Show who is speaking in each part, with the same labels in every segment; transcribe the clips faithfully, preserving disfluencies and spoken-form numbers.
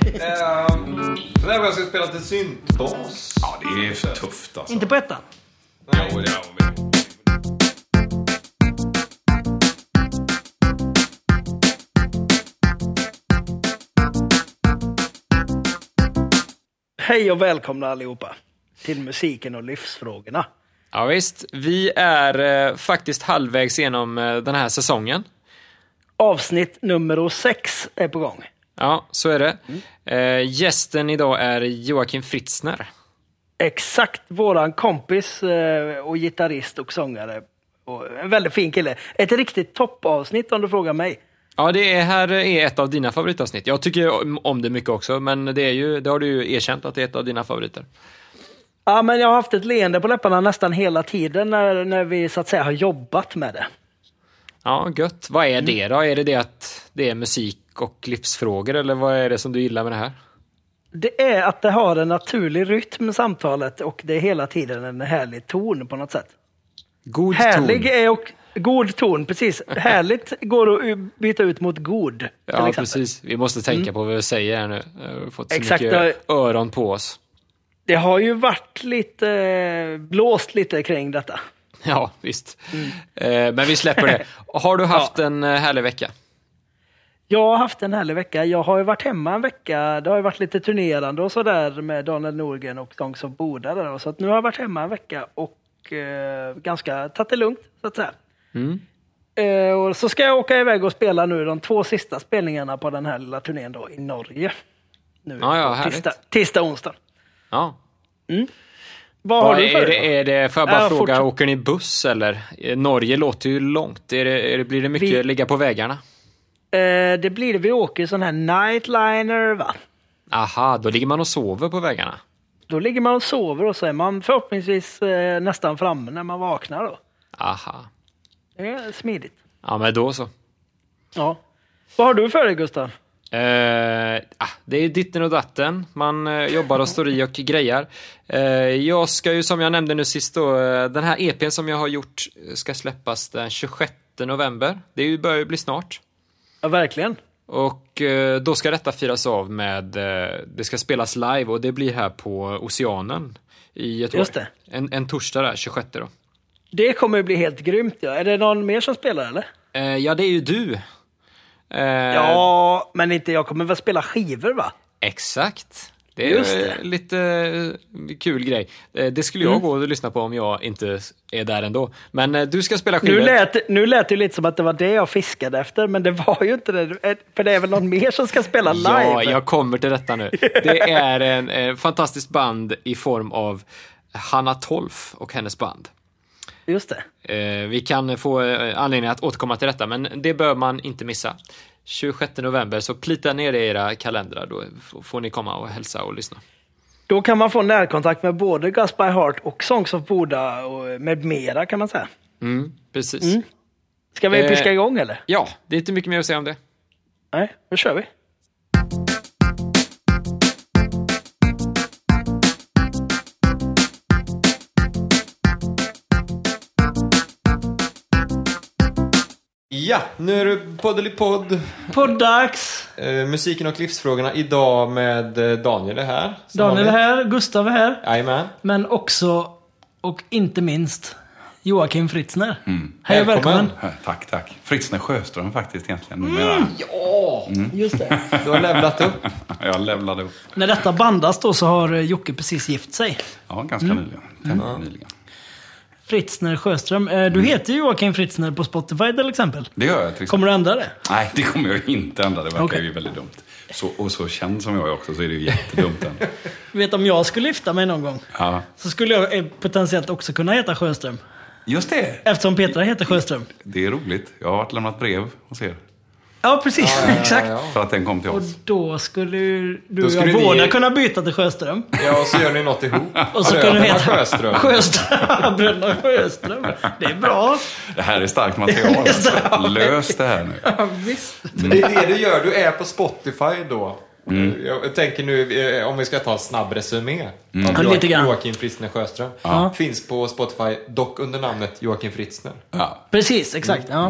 Speaker 1: Um, så där var jag ska spela till syntbas.
Speaker 2: Ja, det är för tufft alltså.
Speaker 3: Inte på ettan.
Speaker 1: Nej.
Speaker 2: Jo, det har vi.
Speaker 3: Hej och välkomna allihopa till musiken och livsfrågorna.
Speaker 4: Ja visst, vi är eh, faktiskt halvvägs genom eh, den här säsongen.
Speaker 3: Avsnitt nummer sex är på gång.
Speaker 4: Ja, så är det. Mm. Eh, gästen idag är Joakim Fritzner.
Speaker 3: Exakt, våran kompis eh, och gitarrist och sångare. Och en väldigt fin kille. Ett riktigt toppavsnitt om du frågar mig.
Speaker 4: Ja, det är, här är ett av dina favoritavsnitt. Jag tycker om, om det mycket också, men det, är ju, det har du ju erkänt att det är ett av dina favoriter.
Speaker 3: Ja, men jag har haft ett leende på läpparna nästan hela tiden när, när vi så att säga har jobbat med det.
Speaker 4: Ja, gött. Vad är det då? Är det det att det är musik och livsfrågor, eller vad är det som du gillar med det här?
Speaker 3: Det är att det har en naturlig rytm samtalet och det är hela tiden en härlig ton på något sätt.
Speaker 4: God
Speaker 3: Härlig
Speaker 4: ton.
Speaker 3: är och god ton, precis. Härligt går att byta ut mot god.
Speaker 4: Ja, exempel. Precis. Vi måste tänka mm. på vad vi säger här nu. Vi har fått så Exakt. mycket öron på oss.
Speaker 3: Det har ju varit lite blåst lite kring detta.
Speaker 4: Ja, visst. Mm. Eh, men vi släpper det. Har du haft ja. en härlig vecka?
Speaker 3: Jag har haft en härlig vecka. Jag har ju varit hemma en vecka. Det har ju varit lite turnerande och sådär med Daniel Norgren och de som bor där. Så att nu har jag varit hemma en vecka och eh, ganska tagit det lugnt, så att säga. Mm. Eh, och så ska jag åka iväg och spela nu de två sista spelningarna på den här lilla turnén då i Norge. Nu
Speaker 4: ja, ja,
Speaker 3: tisdag, tisdag, onsdag.
Speaker 4: Ja.
Speaker 3: Mm. Vad har
Speaker 4: ja,
Speaker 3: du för
Speaker 4: är det, är det, får jag bara äh, fråga, fortsätt. Åker ni buss eller? Norge låter ju långt. Är det, är det, blir det mycket vi, ligga på vägarna?
Speaker 3: Eh, det blir det. Vi åker sån här nightliner, va?
Speaker 4: Aha, då ligger man och sover på vägarna.
Speaker 3: Då ligger man och sover och så är man förhoppningsvis eh, nästan framme när man vaknar då.
Speaker 4: Aha.
Speaker 3: Det är smidigt.
Speaker 4: Ja, men då så.
Speaker 3: Ja. Vad har du för dig, Gustav?
Speaker 4: Uh, ah, det är ditten och datten. Man uh, jobbar och står i och grejar. Uh, jag ska ju, som jag nämnde nu sist då, uh, den här E P:n som jag har gjort ska släppas den tjugosjätte november. Det är ju, börjar ju bli snart.
Speaker 3: Ja, verkligen.
Speaker 4: Och uh, då ska detta firas av med uh, det ska spelas live och det blir här på Oceanen i ett
Speaker 3: Just det.
Speaker 4: En, en torsdag där, tjugosjätte då.
Speaker 3: Det kommer ju bli helt grymt, ja. Är det någon mer som spelar, eller?
Speaker 4: Uh, ja, det är ju du.
Speaker 3: Uh, ja, men inte jag kommer väl spela skivor, va?
Speaker 4: Exakt. Det är Just det. lite uh, kul grej. Uh, det skulle jag mm. gå och lyssna på om jag inte är där ändå. Men uh, du ska spela skivor.
Speaker 3: Nu lät, nu lät det lite som att det var det jag fiskade efter, men det var ju inte det. För det är väl någon mer som ska spela live?
Speaker 4: Ja, jag kommer till detta nu. Det är en, en fantastisk band i form av Hanna Tolf och hennes band.
Speaker 3: Just det.
Speaker 4: Eh, vi kan få eh, anledning att återkomma till detta, men det bör man inte missa. tjugosjätte november, så plita ner i era kalendrar, då f- får ni komma och hälsa och lyssna.
Speaker 3: Då kan man få närkontakt med både Gus by Heart och Songs of Boda och med mera, kan man säga.
Speaker 4: Mm, precis.
Speaker 3: Mm. Ska vi eh, piska igång, eller?
Speaker 4: Ja, det är inte mycket mer att säga om det.
Speaker 3: Nej, då kör vi.
Speaker 1: Ja, nu är det poddelipodd.
Speaker 3: Poddags.
Speaker 1: Eh, musiken och livsfrågorna idag med Daniel är här.
Speaker 3: Daniel är här, Gustav är här.
Speaker 1: Jajamän.
Speaker 3: Men också, och inte minst, Joakim Fritzner.
Speaker 2: Mm.
Speaker 3: Hej och välkommen.
Speaker 2: Tack, tack. Fritzner Sjöström faktiskt egentligen.
Speaker 3: Mm. Ja, mm. Just det.
Speaker 1: Du har levlat upp.
Speaker 2: Jag levlade upp.
Speaker 3: När detta bandas då så har Jocke precis gift sig.
Speaker 2: Ja, ganska mm. nyligen. Tämligen mm. nyligen.
Speaker 3: Fritzner Sjöström. Du heter ju Joakim Fritzner på Spotify till exempel.
Speaker 2: Det gör jag till exempel.
Speaker 3: Kommer du ändra det?
Speaker 2: Nej, det kommer jag inte ändra. Det verkar
Speaker 3: okay.
Speaker 2: ju väldigt dumt. Så, och så känd som jag är också så är det ju jättedumt.
Speaker 3: Du vet, om jag skulle lyfta mig någon gång
Speaker 2: ja.
Speaker 3: så skulle jag potentiellt också kunna heta Sjöström.
Speaker 2: Just det.
Speaker 3: Eftersom Petra heter Sjöström.
Speaker 2: Det är roligt. Jag har varit lämnat brev hos er.
Speaker 3: Ja, precis. Ja, ja, ja,
Speaker 2: Exakt.
Speaker 3: ja.
Speaker 2: För att den kom till oss.
Speaker 3: Och då skulle du då och jag båda ni... kunna byta till Sjöström.
Speaker 1: Ja, och så gör ni något ihop.
Speaker 3: Och så kunde du heta
Speaker 1: Sjöström.
Speaker 3: Sjöström. Bröderna Sjöström. Det är bra.
Speaker 2: Det här är starkt material. Alltså. Lös det här nu.
Speaker 3: Ja, visst.
Speaker 1: Mm. Det är det du gör. Du är på Spotify då. Mm. Jag tänker nu, om vi ska ta en snabb resumé.
Speaker 2: Mm.
Speaker 1: Av Joakim, Joakim Fritzner Sjöström.
Speaker 3: Ja.
Speaker 1: Finns på Spotify, dock under namnet Joakim Fritzner.
Speaker 2: Ja.
Speaker 3: Precis, exakt. Ja. Mm.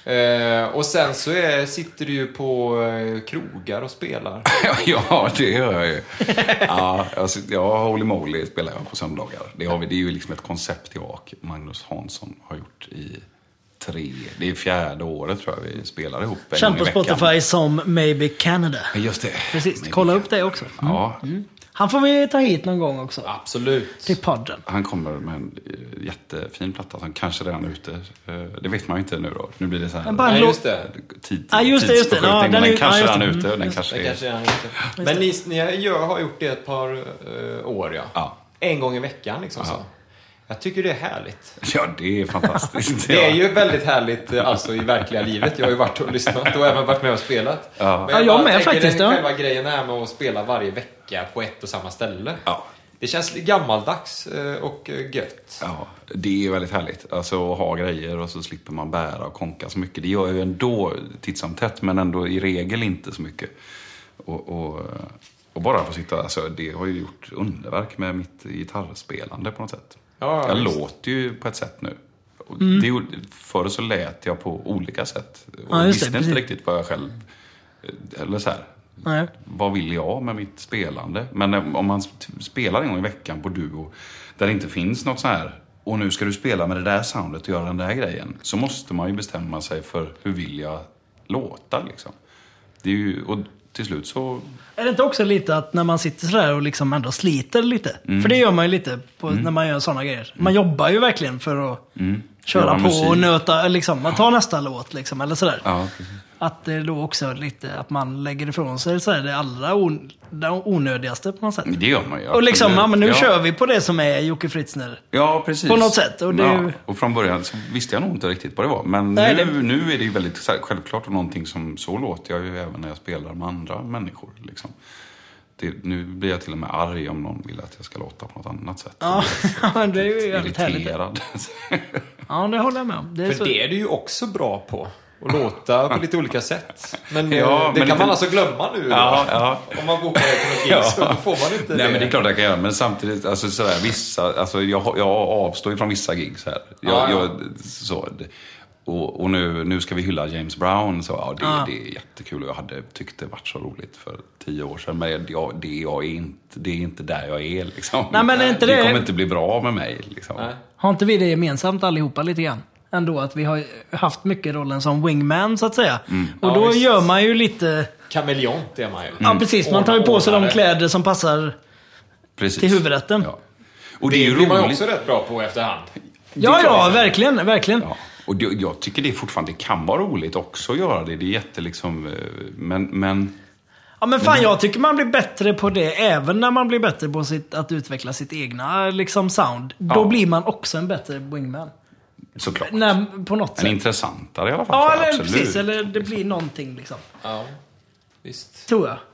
Speaker 1: Eh, och sen så är, sitter du ju på eh, krogar och spelar.
Speaker 2: Ja, det gör jag ju. Ja, alltså, jag Holy Moly spelar jag på söndagar. Det, har vi, det är ju liksom ett koncept jag och Magnus Hansson har gjort i tre, det är fjärde året tror jag vi spelar ihop.
Speaker 3: Känd på Spotify som Maybe Canada.
Speaker 2: Just det.
Speaker 3: Precis,
Speaker 2: Maybe
Speaker 3: kolla
Speaker 2: Canada.
Speaker 3: upp det också. Mm.
Speaker 2: Ja.
Speaker 3: Mm. Han får vi ta hit någon gång också.
Speaker 1: Absolut.
Speaker 3: Till podden.
Speaker 2: Han kommer med en jättefin platta som kanske redan är ute. Det vet man ju inte nu då. Nu blir det så här.
Speaker 3: Men bara
Speaker 1: Nej,
Speaker 3: lå-
Speaker 1: just det.
Speaker 2: Tid,
Speaker 3: Ja, just det, just det. Ja,
Speaker 2: tidsförskjutning,
Speaker 3: den
Speaker 2: men
Speaker 3: är-
Speaker 2: den kanske
Speaker 3: ja, just
Speaker 2: redan är
Speaker 3: det.
Speaker 2: ute. och Den
Speaker 3: Just
Speaker 2: kanske
Speaker 1: Det
Speaker 2: är...
Speaker 1: kanske är inte. Men ni, ni gör, har gjort det ett par uh, år, ja.
Speaker 2: Ja.
Speaker 1: En gång i veckan liksom
Speaker 2: Ja.
Speaker 1: så. Jag tycker det är härligt.
Speaker 2: Ja, det är fantastiskt.
Speaker 1: Det är ju väldigt härligt eh, alltså i verkliga livet. Jag har ju varit och lyssnat och även varit med och spelat.
Speaker 2: Ja.
Speaker 1: Men
Speaker 3: Ja, jag
Speaker 1: bara
Speaker 3: med
Speaker 1: tänker
Speaker 3: faktiskt,
Speaker 1: Den
Speaker 3: ja.
Speaker 1: själva grejen är med att spela varje vecka på ett och samma ställe.
Speaker 2: Ja.
Speaker 1: Det känns gammaldags eh, och eh, gött.
Speaker 2: Ja, det är väldigt härligt. Alltså att ha grejer och så slipper man bära och konka så mycket. Det gör ju ändå titt som tätt, men ändå i regel inte så mycket. Och, och, och bara få sitta, alltså det har ju gjort underverk med mitt gitarrspelande på något sätt.
Speaker 1: Ja,
Speaker 2: jag
Speaker 1: visst.
Speaker 2: låter ju på ett sätt nu. Och det, gjorde- förr så lät jag på olika sätt. Och
Speaker 3: Ja, just det,
Speaker 2: visste
Speaker 3: precis.
Speaker 2: inte riktigt vad jag själv... Eller så här.
Speaker 3: Nej.
Speaker 2: Vad vill jag med mitt spelande? Men om man sp- spelar en gång i veckan på duo där det inte finns något så här och nu ska du spela med det där soundet och göra den där grejen, så måste man ju bestämma sig för hur vill jag låta liksom. Det är ju, och till slut så...
Speaker 3: Är det inte också lite att när man sitter sådär och liksom ändå sliter lite?
Speaker 2: Mm.
Speaker 3: För det gör man ju lite på, när man gör sådana grejer. Man jobbar ju verkligen för att köra
Speaker 2: Göra
Speaker 3: på
Speaker 2: musik.
Speaker 3: och nöta, liksom. Man tar nästa låt liksom, eller sådär.
Speaker 2: Ja, precis.
Speaker 3: Att det då också är lite att man lägger ifrån sig så här, det allra on, det onödigaste på något sätt.
Speaker 2: Det gör man ju.
Speaker 3: Och liksom,
Speaker 2: absolut.
Speaker 3: ja, men nu
Speaker 2: ja.
Speaker 3: kör vi på det som är Jocke Fritzner.
Speaker 2: Ja, precis.
Speaker 3: På något sätt, och det-
Speaker 2: ja, och från början så visste jag nog inte riktigt vad det var. Men
Speaker 3: Nej,
Speaker 2: nu,
Speaker 3: det-
Speaker 2: nu är det ju väldigt så här, självklart och någonting som så låter jag ju även när jag spelar med andra människor. Liksom. Det, nu blir jag till och med arg om någon vill att jag ska låta på något annat sätt.
Speaker 3: Ja, men det är ju jävligt härligt.
Speaker 2: Irriterad.
Speaker 3: Ja, det håller jag med om. Det är
Speaker 1: För
Speaker 3: så...
Speaker 1: det är du ju också bra på. Att låta på lite olika sätt. Men
Speaker 2: Ja,
Speaker 1: eh, det
Speaker 2: men
Speaker 1: kan
Speaker 2: lite-
Speaker 1: man alltså glömma nu.
Speaker 2: Ja,
Speaker 1: då.
Speaker 2: ja.
Speaker 1: Om man bokar det på något
Speaker 2: Ja.
Speaker 1: gig så då får man inte
Speaker 2: Nej,
Speaker 1: det.
Speaker 2: men det är klart jag kan göra. Men samtidigt, alltså sådär, vissa, alltså jag, jag avstår ju från vissa gig så här. Jag,
Speaker 1: Ja, ja.
Speaker 2: jag, så, det- och, och nu, nu ska vi hylla James Brown. Så, ja, det,
Speaker 3: Ja.
Speaker 2: det är jättekul och jag hade tyckt det varit så roligt för tio år sedan. Men jag, det, jag är inte, det är inte där jag är. Liksom.
Speaker 3: Nej, men är inte
Speaker 2: det
Speaker 3: det-
Speaker 2: kommer inte bli bra med mig. Liksom.
Speaker 1: Nej.
Speaker 3: Har inte vi det gemensamt allihopa lite grann? Ändå att vi har haft mycket rollen som wingman så att säga. Och
Speaker 1: Ja,
Speaker 3: då
Speaker 1: visst.
Speaker 3: gör man ju lite...
Speaker 1: Kameleont är man ju.
Speaker 3: Ja, precis. Man tar ju på sig de
Speaker 1: Ordnare.
Speaker 3: kläder som passar
Speaker 2: Precis.
Speaker 3: till huvudrätten.
Speaker 2: Ja. Och
Speaker 1: Det,
Speaker 2: det är ju
Speaker 1: blir man ju
Speaker 2: roligt.
Speaker 1: också rätt bra på efterhand.
Speaker 3: Ja, ja, verkligen, verkligen.
Speaker 2: Ja. Och det, jag tycker det fortfarande det kan vara roligt också att göra det. Det är jätte liksom... eh, Men... men
Speaker 3: Ja, men fan, jag tycker man blir bättre på det även när man blir bättre på sitt, att utveckla sitt egna liksom, sound. Då
Speaker 2: Ja.
Speaker 3: blir man också en bättre wingman.
Speaker 2: såklart.
Speaker 3: När, på något
Speaker 2: En
Speaker 3: sätt.
Speaker 2: intressantare i alla fall.
Speaker 3: Ja,
Speaker 2: tror jag,
Speaker 3: eller
Speaker 2: absolut.
Speaker 3: precis. Eller det blir någonting liksom.
Speaker 1: Ja, visst.
Speaker 3: Tror jag.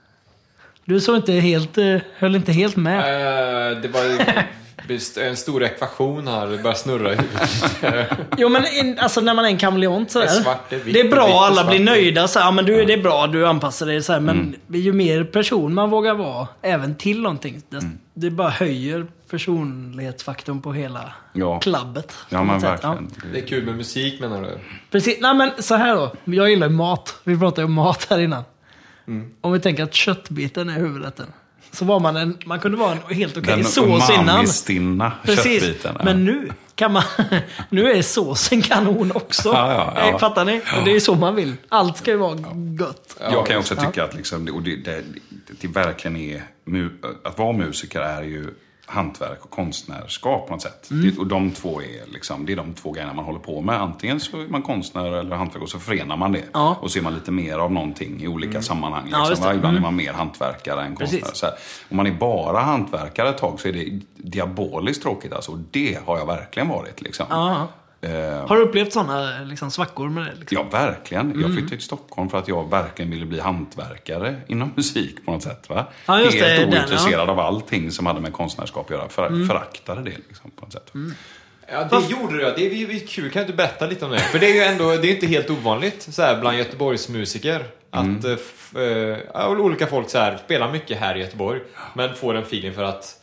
Speaker 3: Du såg inte helt, eh, höll inte helt med.
Speaker 1: Eh, det var ju visst en stor ekvation här. Det börjar snurra i huvudet.
Speaker 3: Jo, men in, alltså när man är en kameleont så
Speaker 1: Det
Speaker 3: här.
Speaker 1: är svart, det är vitt
Speaker 3: det är
Speaker 1: och
Speaker 3: bra,
Speaker 1: vitt och
Speaker 3: alla
Speaker 1: svart.
Speaker 3: blir nöjda. Så här, ja, men du, det är bra, du anpassar dig så här. Men
Speaker 2: Mm.
Speaker 3: ju mer person man vågar vara, även till någonting. Det,
Speaker 2: Mm.
Speaker 3: det bara höjer personlighetsfaktorn på hela
Speaker 2: Ja.
Speaker 3: klubbet.
Speaker 2: Ja,
Speaker 3: på
Speaker 2: men
Speaker 3: något sätt.
Speaker 2: verkligen.
Speaker 1: Det är kul med musik menar du?
Speaker 3: Precis. Nej, men så här då. Jag gillar ju mat. Vi pratade ju om mat här innan.
Speaker 2: Mm.
Speaker 3: Om vi tänker att köttbiten är huvudrätten. Så var man en, man kunde vara en helt okej
Speaker 2: Den
Speaker 3: sås innan.
Speaker 2: umami-stinna
Speaker 3: Precis.
Speaker 2: köttbiten. ja.
Speaker 3: Men nu kan man, nu är såsen kanon också.
Speaker 2: Ja, ja, ja.
Speaker 3: Eh, Fattar ni? Och det är ju så man vill. Allt ska ju vara gött.
Speaker 2: Jag kan ju också tycka att liksom, det, och det, det, det verkligen är... mu- Att vara musiker är ju hantverk och konstnärskap på något sätt. Det, och de två är liksom, det är de två grejerna man håller på med. Antingen så är man konstnär eller hantverk och så förenar man det.
Speaker 3: Ja.
Speaker 2: Och så är man lite mer av någonting i olika sammanhang.
Speaker 3: Ja,
Speaker 2: Liksom.
Speaker 3: just det.
Speaker 2: Va? Ibland
Speaker 3: Mm.
Speaker 2: är man mer hantverkare än konstnär.
Speaker 3: Precis.
Speaker 2: Så här. Om man är bara hantverkare ett tag så är det diaboliskt tråkigt. Alltså. Och det har jag verkligen varit. Liksom.
Speaker 3: Ja.
Speaker 2: Eh,
Speaker 3: Har du upplevt sådana liksom, svackor med det? Liksom?
Speaker 2: Ja, verkligen.
Speaker 3: Mm.
Speaker 2: Jag flyttade till Stockholm för att jag verkligen ville bli hantverkare inom musik på något sätt. Va?
Speaker 3: Ja, just det,
Speaker 2: Helt
Speaker 3: den,
Speaker 2: ointresserad av allting som hade med konstnärskap att göra. För,
Speaker 3: Mm.
Speaker 2: Föraktade det liksom, på något sätt.
Speaker 1: Ja, det gjorde du. Det är ju kul. Kan du inte berätta lite om det? För det är ju ändå, det är inte helt ovanligt så här, bland Göteborgsmusiker. Att eh, f, eh, ja, olika folk så här, spelar mycket här i Göteborg. Men får en feeling för att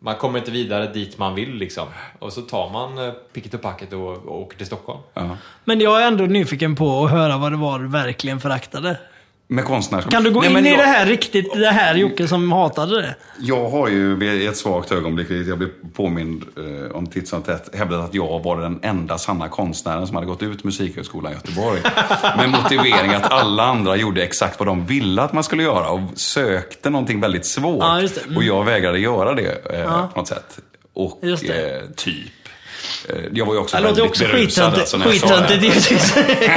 Speaker 1: Man kommer inte vidare dit man vill liksom. Och så tar man eh, picket och packet och, och åker till Stockholm.
Speaker 2: Ja.
Speaker 3: Men jag är ändå nyfiken på att höra vad det var du verkligen föraktade.
Speaker 2: Med konstnärskap.
Speaker 3: Kan du gå
Speaker 2: Nej,
Speaker 3: in
Speaker 2: men
Speaker 3: i
Speaker 2: jag,
Speaker 3: det här riktigt, det här Jocke som hatade det?
Speaker 2: Jag har ju i ett svagt ögonblick, jag blev påmind eh, om titt som tätt, hävdat att jag var den enda sanna konstnären som hade gått ut Musikhögskolan i Göteborg. Med motivering att alla andra gjorde exakt vad de ville att man skulle göra och sökte någonting väldigt svårt.
Speaker 3: Ja, just det. Mm.
Speaker 2: Och jag vägrade göra det eh,
Speaker 3: Ja.
Speaker 2: på något sätt. Och
Speaker 3: Just det.
Speaker 2: eh, typ. Eh, jag var ju också
Speaker 3: Det låter
Speaker 2: väldigt
Speaker 3: också
Speaker 2: berusad. Alltså, när jag sa det.
Speaker 3: skittöntigt givetvis.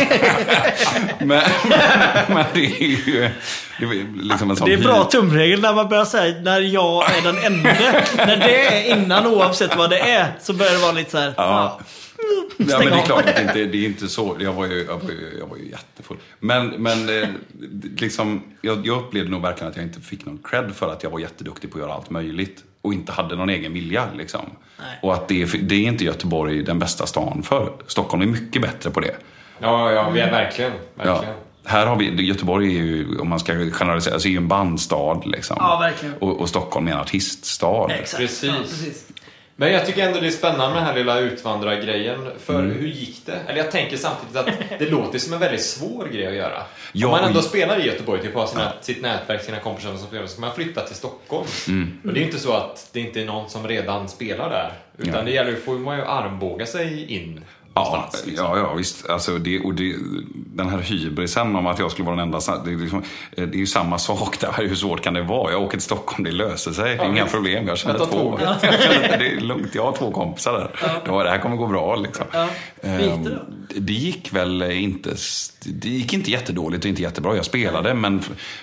Speaker 2: Men, men det är ju det är liksom en sån
Speaker 3: Det är bra
Speaker 2: hy-
Speaker 3: tumregel när man börjar säga när jag är den enda. När det är innan, oavsett vad det är, så börjar det vara lite så här.
Speaker 2: Ja. Ja,
Speaker 3: Stäng
Speaker 2: men det är
Speaker 3: av.
Speaker 2: klart att det inte, det är inte så. Jag var ju, jag var ju, jag var ju jättefull. Men, men eh, liksom, jag, jag upplevde nog verkligen att jag inte fick någon cred för att jag var jätteduktig på att göra allt möjligt. Och inte hade någon egen vilja. Liksom.
Speaker 3: Nej.
Speaker 2: Och att det, är- det är inte Göteborg den bästa stan för. Stockholm är mycket bättre på det.
Speaker 1: Ja, ja, vi är verkligen.
Speaker 2: Ja.
Speaker 1: verkligen.
Speaker 2: Här har vi, Göteborg är ju, om man ska generalisera, alltså är ju en bandstad. Liksom.
Speaker 3: Ja, verkligen.
Speaker 2: Och, och Stockholm är en artiststad.
Speaker 3: Exakt.
Speaker 1: Precis.
Speaker 3: Ja, precis.
Speaker 1: Men jag tycker ändå det är spännande med den här lilla utvandrargrejen. För
Speaker 2: Mm.
Speaker 1: hur gick det? Eller jag tänker samtidigt att det låter som en väldigt svår grej att göra.
Speaker 2: Ja,
Speaker 1: Om man ändå
Speaker 2: och-
Speaker 1: spelar i Göteborg, typ har sina, sitt nätverk, sina kompisar som spelar, så ska man flytta till Stockholm.
Speaker 2: Mm.
Speaker 1: Och det är inte så att det inte är någon som redan spelar där. Utan
Speaker 2: Ja.
Speaker 1: det gäller ju, får man ju armbåga sig in
Speaker 2: Ja,
Speaker 1: någonstans. Liksom.
Speaker 2: ja, ja, visst. Alltså det, och det, den här hybrisen om att jag skulle vara den enda, det är, liksom, det är ju samma sak där. Hur svårt kan det vara? Jag åker till Stockholm, det löser sig. Det är
Speaker 1: Ja,
Speaker 2: inga
Speaker 1: visst.
Speaker 2: problem. Jag känner
Speaker 1: Jag tar
Speaker 2: två.
Speaker 1: tåget.
Speaker 2: Jag känner, det är lugnt. Jag har två kompisar där. Ja. Det här kommer gå bra liksom.
Speaker 3: Ja. Hur gick det då?
Speaker 2: Ehm, Det gick väl inte, det gick inte jättedåligt och inte jättebra. Jag spelade, men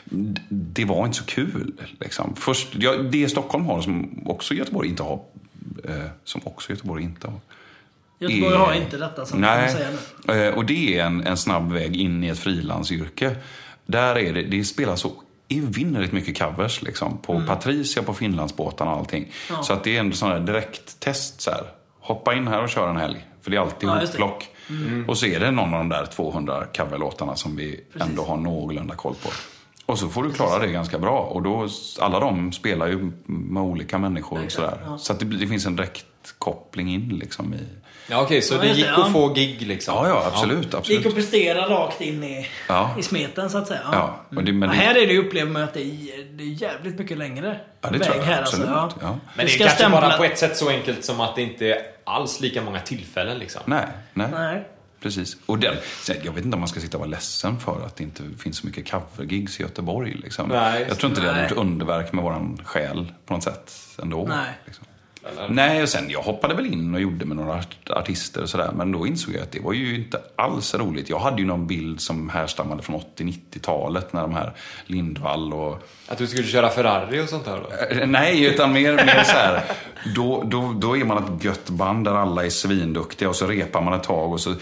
Speaker 2: det var inte så kul. Liksom. Först, ja, det Stockholm har som också Göteborg inte har, eh, som också Göteborg inte har.
Speaker 3: Göteborg
Speaker 2: är-
Speaker 3: har inte detta som
Speaker 2: Nej,
Speaker 3: man säger nu.
Speaker 2: eh, och det är en, en snabb väg in i ett frilansyrke. Där är det, det spelar så evinnerligt mycket covers liksom, på
Speaker 3: Mm.
Speaker 2: Patricia, på Finlandsbåtarna och allting.
Speaker 3: Ja.
Speaker 2: Så att det är en sån här direkt test så här. Hoppa in här och kör en helg. För det är alltid
Speaker 3: Ja, just det.
Speaker 2: hopplock. Och så är det någon av de där tvåhundra coverlåtarna som vi
Speaker 3: Precis.
Speaker 2: ändå har någorlunda koll på. Och så får du klara det ganska bra. Och då, alla de spelar ju med olika människor och
Speaker 3: Exakt,
Speaker 2: sådär.
Speaker 3: ja.
Speaker 2: Så att det, blir- det finns en direkt koppling in liksom i...
Speaker 1: Ja, okej, så
Speaker 3: Ja,
Speaker 1: det
Speaker 3: just
Speaker 1: gick
Speaker 3: det, ja.
Speaker 1: att få gig liksom.
Speaker 2: Ja, ja, absolut.
Speaker 3: Det
Speaker 2: absolut.
Speaker 3: gick att prestera rakt in i,
Speaker 2: Ja.
Speaker 3: i smeten så att säga.
Speaker 2: Ja, och det, men
Speaker 3: Ja,
Speaker 2: det,
Speaker 3: här är det ju, upplever man att det är, det är jävligt mycket längre
Speaker 2: ja, det
Speaker 3: väg
Speaker 2: tror jag
Speaker 3: här.
Speaker 2: absolut.
Speaker 3: Alltså, ja.
Speaker 2: Ja.
Speaker 1: Men
Speaker 3: Du
Speaker 1: det är
Speaker 3: ska
Speaker 1: kanske
Speaker 3: stämpla-
Speaker 1: bara på ett sätt så enkelt som att det inte är alls lika många tillfällen liksom.
Speaker 2: Nej, nej,
Speaker 3: Nej.
Speaker 2: precis. Och den, sen, jag vet inte om man ska sitta och vara ledsen för att det inte finns så mycket covergigs i Göteborg. Liksom.
Speaker 1: Nej,
Speaker 2: jag tror inte det
Speaker 3: nej.
Speaker 2: hade gjort underverk med våran själ på något sätt ändå.
Speaker 3: Nej.
Speaker 2: Liksom.
Speaker 1: Eller?
Speaker 2: Nej, och sen jag hoppade väl in och gjorde med några art- artister och sådär. Men då insåg jag att det var ju inte alls roligt. Jag hade ju någon bild som härstammade från åttio-nittiotalet när de här Lindvall och...
Speaker 1: Att du skulle köra Ferrari och sånt där då?
Speaker 2: Eh, Nej, utan mer, mer så här. Då, då, då är man ett gött band där alla är svinduktiga och så repar man ett tag och så...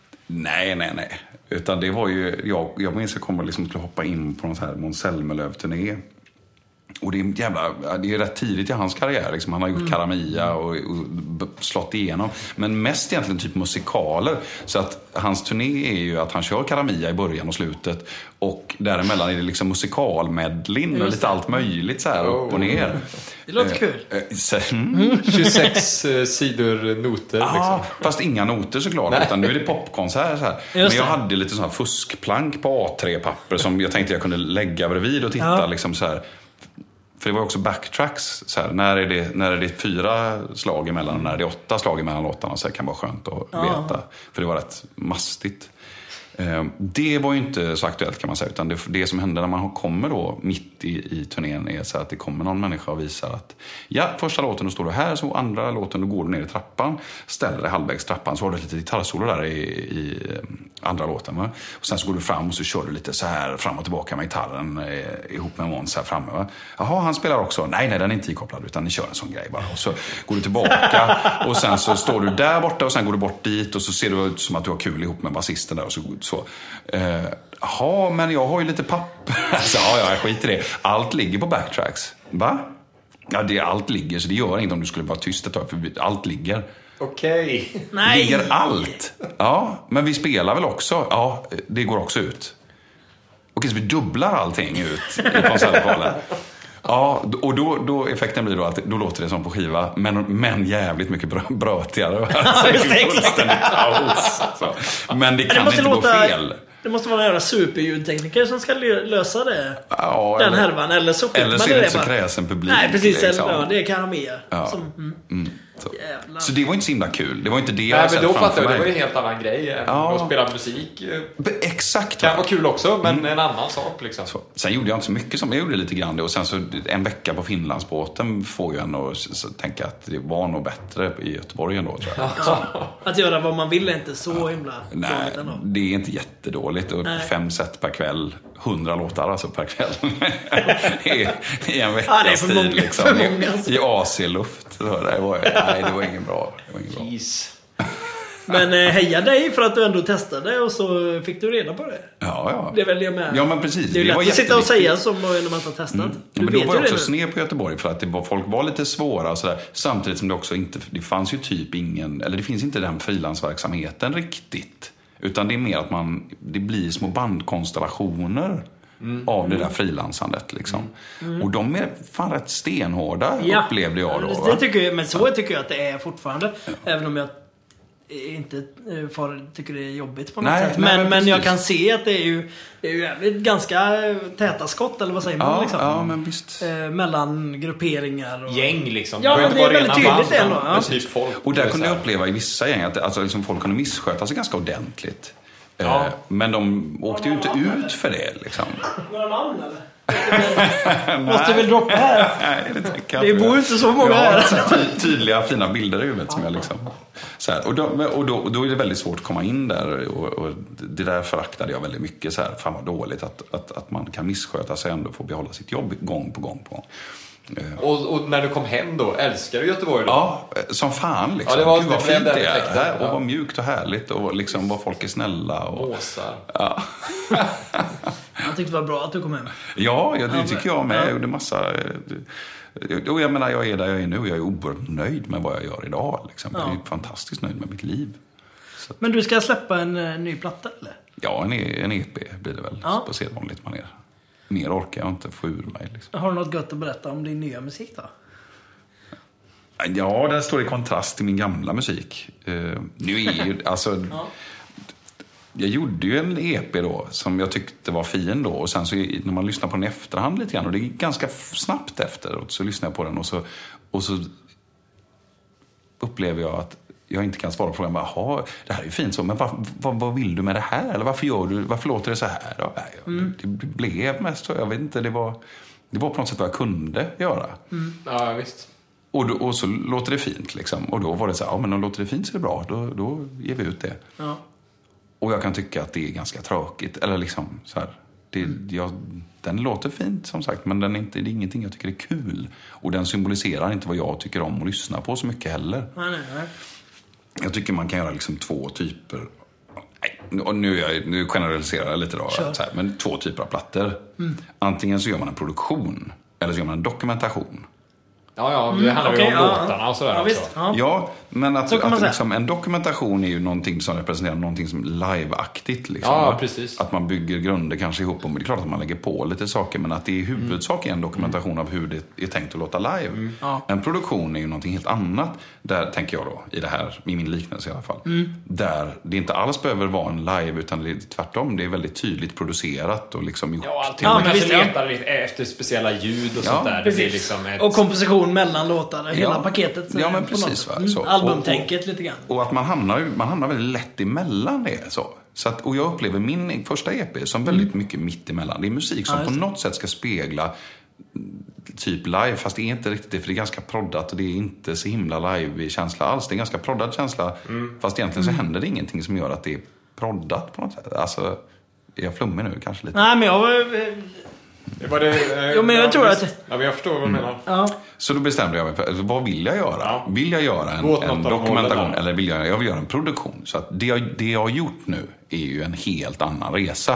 Speaker 2: Nej, nej, nej. Utan det var ju... Jag, jag minns att jag kommer liksom till att hoppa in på någon så här Måns Zelmerlöw-turné. Och det är jävla, det är rätt tidigt i hans karriär. Liksom. Han har gjort
Speaker 3: Mm.
Speaker 2: Karamia och, och b- slått igenom. Men mest egentligen typ musikaler. Så att hans turné är ju att han kör Karamia i början och slutet. Och däremellan är det liksom musikalmedlin och
Speaker 3: Just
Speaker 2: lite
Speaker 3: det.
Speaker 2: allt möjligt så här upp och ner.
Speaker 3: Det låter
Speaker 2: Eh,
Speaker 3: kul.
Speaker 2: eh, så, mm.
Speaker 1: tjugosex eh, sidor noter
Speaker 2: Ja,
Speaker 1: liksom.
Speaker 2: fast inga noter såklart,
Speaker 1: Nej.
Speaker 2: utan nu är det popkonsert så här. Men
Speaker 3: Just
Speaker 2: jag
Speaker 3: det.
Speaker 2: hade lite sån här fuskplank på A tre papper som jag tänkte jag kunde lägga bredvid och titta
Speaker 3: Ja.
Speaker 2: liksom så här. För det var också backtracks så här, när är det när är det fyra slag emellan och när är det åtta slag emellan låtarna, så det kan vara skönt att
Speaker 3: Ja.
Speaker 2: veta, för det var rätt mastigt. Eh, Det var ju inte så aktuellt kan man säga, utan det, det som händer när man kommer då mitt i, i turnén är så att det kommer någon människa och visar att ja, första låten då står du här, så andra låten då går du ner i trappan, ställer dig halvvägs trappan, så har du lite gitarrsolo där i, i eh, andra låten, va? Och sen så går du fram och så kör du lite så här fram och tillbaka med gitarren eh, ihop med Måns här framme, va? Jaha, han spelar också. Nej, nej, den är inte ikopplad, utan ni kör en sån grej bara. Och så går du tillbaka och sen så står du där borta och sen går du bort dit och så ser det ut som att du har kul ihop med basisten där och så så. Eh, ja, men jag har ju lite papper. Alltså, ja, ja, jag skiter i det. Allt ligger på backtracks. Va? Ja, det, allt ligger, så det gör inte om du skulle vara tyst ett tag, för allt ligger.
Speaker 1: Okej.
Speaker 3: Nej!
Speaker 2: Ligger allt? Ja, men vi spelar väl också? Ja, det går också ut. Okej, så vi dubblar allting ut i konsertlokalen. Ja, och då, då effekten blir då att då låter det som på skiva, men, men jävligt mycket brö, brötigare.
Speaker 3: Ja, just det, exakt.
Speaker 2: Kaos, så. Men det kan
Speaker 3: det måste
Speaker 2: inte
Speaker 3: låta,
Speaker 2: gå fel.
Speaker 3: Det måste vara en jävla superljudtekniker som ska lösa det.
Speaker 2: Ja,
Speaker 3: den
Speaker 2: eller,
Speaker 3: härvan, eller så
Speaker 2: eller så är
Speaker 3: det,
Speaker 2: det inte så
Speaker 3: bara.
Speaker 2: kräsen publik.
Speaker 3: Nej, precis.
Speaker 2: Liksom.
Speaker 3: Eller, ja, det kan ha med.
Speaker 2: Ja.
Speaker 3: Som, mm.
Speaker 2: Mm, så.
Speaker 3: Jävlar.
Speaker 2: så det var inte så himla kul. Det var inte det jag
Speaker 1: Nej,
Speaker 2: hade
Speaker 1: men
Speaker 2: sett
Speaker 1: då
Speaker 2: framför
Speaker 1: fattar jag,
Speaker 2: mig.
Speaker 1: det var ju en helt annan grej än
Speaker 2: Ja.
Speaker 1: att spela musik.
Speaker 2: Be- Exakt.
Speaker 1: Kan
Speaker 2: va?
Speaker 1: vara kul också, men mm. en annan sak liksom.
Speaker 2: Så. Sen gjorde jag inte så mycket som jag gjorde lite grann det. Och sen så en vecka på Finlandsbåten får ju en att så, tänka att det var nog bättre i Göteborg ändå, tror jag.
Speaker 3: Ja. Att göra vad man vill är inte så himla
Speaker 2: Nej,
Speaker 3: dåligt ändå.
Speaker 2: det är inte jättedåligt. Och
Speaker 3: Nej.
Speaker 2: fem set per kväll, hundra låtar alltså per kväll. I, I en veckas
Speaker 3: Ja, det är för
Speaker 2: tid
Speaker 3: många,
Speaker 2: liksom.
Speaker 3: för många, alltså.
Speaker 2: I A C-luft. Så det var, nej, det var ingen bra. Det var ingen bra.
Speaker 1: Jeez.
Speaker 3: Men eh, heja dig för att du ändå testade och så fick du reda på det.
Speaker 2: Ja, ja.
Speaker 3: Det väljer jag med.
Speaker 2: Ja, men precis.
Speaker 3: Det är ju
Speaker 2: Det var
Speaker 3: lätt att sitta och
Speaker 2: jätteviktigt.
Speaker 3: säga som när man inte har testat.
Speaker 2: Mm.
Speaker 3: Du
Speaker 2: Ja, men då
Speaker 3: vet
Speaker 2: var
Speaker 3: ju
Speaker 2: jag
Speaker 3: det
Speaker 2: också
Speaker 3: nu.
Speaker 2: sned på Göteborg för att det var, folk var lite svåra och sådär. Samtidigt som det också inte, det fanns ju typ ingen, eller det finns inte den frilansverksamheten riktigt. Utan det är mer att man, det blir små bandkonstellationer mm. av det där frilansandet liksom. Mm. Och de är fan rätt stenhårda,
Speaker 3: Ja.
Speaker 2: upplevde jag då.
Speaker 3: Det
Speaker 2: Va?
Speaker 3: tycker jag, men så tycker jag att det är fortfarande. Ja. Även om jag inte eh, får, tycker det är jobbigt på något
Speaker 2: Nej,
Speaker 3: sätt.
Speaker 2: nej,
Speaker 3: Men,
Speaker 2: men
Speaker 3: men jag
Speaker 2: precis.
Speaker 3: kan se att det är ju, det är ju jävligt ganska täta skott, eller vad säger man?
Speaker 2: Ja,
Speaker 3: Liksom.
Speaker 2: ja, men visst.
Speaker 3: Eh, mellan grupperingar. Och...
Speaker 1: Gäng liksom.
Speaker 3: Ja,
Speaker 1: behöver
Speaker 3: men
Speaker 1: inte
Speaker 3: det är
Speaker 1: vara
Speaker 3: väldigt
Speaker 1: rena
Speaker 3: tydligt
Speaker 1: band,
Speaker 3: ändå, ja.
Speaker 1: men typ folk.
Speaker 2: Och där
Speaker 1: Det är
Speaker 2: kunde
Speaker 1: så
Speaker 2: jag
Speaker 1: här.
Speaker 2: uppleva i vissa gäng att alltså, liksom, folk kunde missköta sig ganska ordentligt.
Speaker 1: Ja.
Speaker 2: Eh, men de åkte ju inte ut för det liksom.
Speaker 3: Några namn eller? Måste väl droppa här?
Speaker 2: Nej, det tänker jag
Speaker 3: Det
Speaker 2: inte.
Speaker 3: bor inte så många
Speaker 2: Jag har
Speaker 3: här.
Speaker 2: så här ty- tydliga, fina bilder i huvudet som jag liksom... Så här, och då, och då, och då är det väldigt svårt att komma in där. Och, och det där föraktade jag väldigt mycket. Så här, fan vad dåligt att, att, att man kan missköta sig ändå och få behålla sitt jobb gång på gång på gång.
Speaker 1: Och, och när du kom hem då, älskar du Göteborg då?
Speaker 2: Ja, som fan liksom.
Speaker 1: Ja, det var-
Speaker 2: Gud, vad
Speaker 1: det blev
Speaker 2: fint
Speaker 1: den
Speaker 2: det är.
Speaker 1: effekten,
Speaker 2: Här, och
Speaker 1: ja.
Speaker 2: vad mjukt och härligt. Och liksom vad folk är snälla. Och,
Speaker 1: Måsar.
Speaker 2: ja.
Speaker 3: Jag tyckte det var bra att du kom hem.
Speaker 2: Ja, ja, det
Speaker 3: Ja,
Speaker 2: tycker
Speaker 3: men-
Speaker 2: jag med.
Speaker 3: ja.
Speaker 2: Jag gjorde massa... Och jag menar, jag är där jag är nu och jag är oerhört nöjd med vad jag gör idag. Liksom. Jag är
Speaker 3: Ja.
Speaker 2: fantastiskt nöjd med mitt liv.
Speaker 3: Men du ska släppa en uh, ny platta, eller?
Speaker 2: Ja, en, e- en E P blir det väl
Speaker 3: Ja.
Speaker 2: på sedvanligt manér. Mer orkar jag inte få ur mig. Liksom.
Speaker 3: Har du något gott att berätta om din nya musik då?
Speaker 2: Ja, den står i kontrast till min gamla musik. Uh, nu är ju, alltså...
Speaker 3: Ja.
Speaker 2: Jag gjorde ju en E P då som jag tyckte var fin då. Och sen så när man lyssnar på den i efterhand lite grann. Och det gick ganska snabbt efteråt. Så lyssnade jag på den och så, och så upplever jag att jag inte kan svara på frågan. Jaha, det här är ju fint så. Men vad, vad, vad vill du med det här? Eller varför, gör du, varför låter det så här? Då? Nej, mm. det, det blev mest så. Jag vet inte, det var, det var på något sätt vad jag kunde göra.
Speaker 3: Mm.
Speaker 1: Ja, visst.
Speaker 2: Och, då, och så låter det fint liksom. Och då var det så här, ja men om låter det fint så är det bra. Då, då ger vi ut det.
Speaker 3: Ja.
Speaker 2: Och jag kan tycka att det är ganska tråkigt. Eller liksom så här. Det, jag, den låter fint som sagt. Men den är inte, det är ingenting jag tycker är kul. Och den symboliserar inte vad jag tycker om att lyssna på så mycket heller.
Speaker 3: Nej, nej, nej.
Speaker 2: Jag tycker man kan göra liksom två typer. Nej, och nu, är jag, nu generaliserar jag lite då.
Speaker 3: Kör.
Speaker 2: Så här, men två typer av plattor.
Speaker 3: Mm.
Speaker 2: Antingen så gör man en produktion. Eller så gör man en dokumentation.
Speaker 1: Ja, ja, det handlar
Speaker 3: okej,
Speaker 1: ju om
Speaker 3: ja,
Speaker 1: låtarna och sådär
Speaker 3: Ja,
Speaker 1: också.
Speaker 3: visst. Ja.
Speaker 2: Ja, men att,
Speaker 3: Så kan man
Speaker 2: att
Speaker 3: säga.
Speaker 2: liksom, en dokumentation är ju någonting som representerar någonting som live-aktigt. Liksom,
Speaker 1: Ja,
Speaker 2: va?
Speaker 1: precis.
Speaker 2: Att man bygger grunder kanske ihop. Och det är klart att man lägger på lite saker. Men att det i huvudsak är en dokumentation av hur det är tänkt att låta live.
Speaker 1: Mm.
Speaker 3: Ja.
Speaker 2: En produktion är ju någonting helt annat. Där tänker jag då, i det här, i min liknelse i alla fall.
Speaker 3: Mm.
Speaker 2: Där det inte alls behöver vara en live. Utan det är tvärtom, det är väldigt tydligt producerat och liksom gjort.
Speaker 1: Ja, allting.
Speaker 2: till-
Speaker 3: Ja,
Speaker 1: Man
Speaker 3: men
Speaker 1: kanske
Speaker 3: visst, ja.
Speaker 1: letar lite efter speciella ljud och
Speaker 2: Ja,
Speaker 1: sånt där. Det blir
Speaker 3: Precis.
Speaker 1: liksom ett...
Speaker 3: Och komposition mellan låtar. Hela
Speaker 2: Ja.
Speaker 3: paketet.
Speaker 2: Ja, men
Speaker 3: på
Speaker 2: precis,
Speaker 3: något sätt.
Speaker 2: va?
Speaker 3: Mm.
Speaker 2: Så.
Speaker 3: Albumtänket lite grann.
Speaker 2: Och att man hamnar, ju- man hamnar väldigt lätt emellan det. Så. Så att, och jag upplever min första E P som väldigt mycket mitt emellan. Det är musik som
Speaker 3: Ja,
Speaker 2: på
Speaker 3: just det.
Speaker 2: något sätt ska spegla typ live. Fast det är inte riktigt det, för det är ganska proddat. Och det är inte så himla live-känsla alls. Det är en ganska proddad känsla. Fast egentligen så händer det ingenting som gör att det är proddat på något sätt. Alltså, är jag flummig nu kanske lite?
Speaker 3: Nej, men jag var...
Speaker 1: Var det, eh,
Speaker 3: Jo, men jag
Speaker 1: ja,
Speaker 3: tror
Speaker 1: visst.
Speaker 3: att-
Speaker 1: Ja, men jag förstår vad du menar.
Speaker 3: Ja.
Speaker 2: Så då bestämde jag mig för alltså, vad vill jag göra?
Speaker 1: Ja.
Speaker 2: Vill jag göra en,
Speaker 1: Gå åt
Speaker 2: en
Speaker 1: något av de
Speaker 2: dokumentation
Speaker 1: hållen där.
Speaker 2: eller vill jag, jag vill göra en produktion? Så att det, jag, det jag har gjort nu är ju en helt annan resa.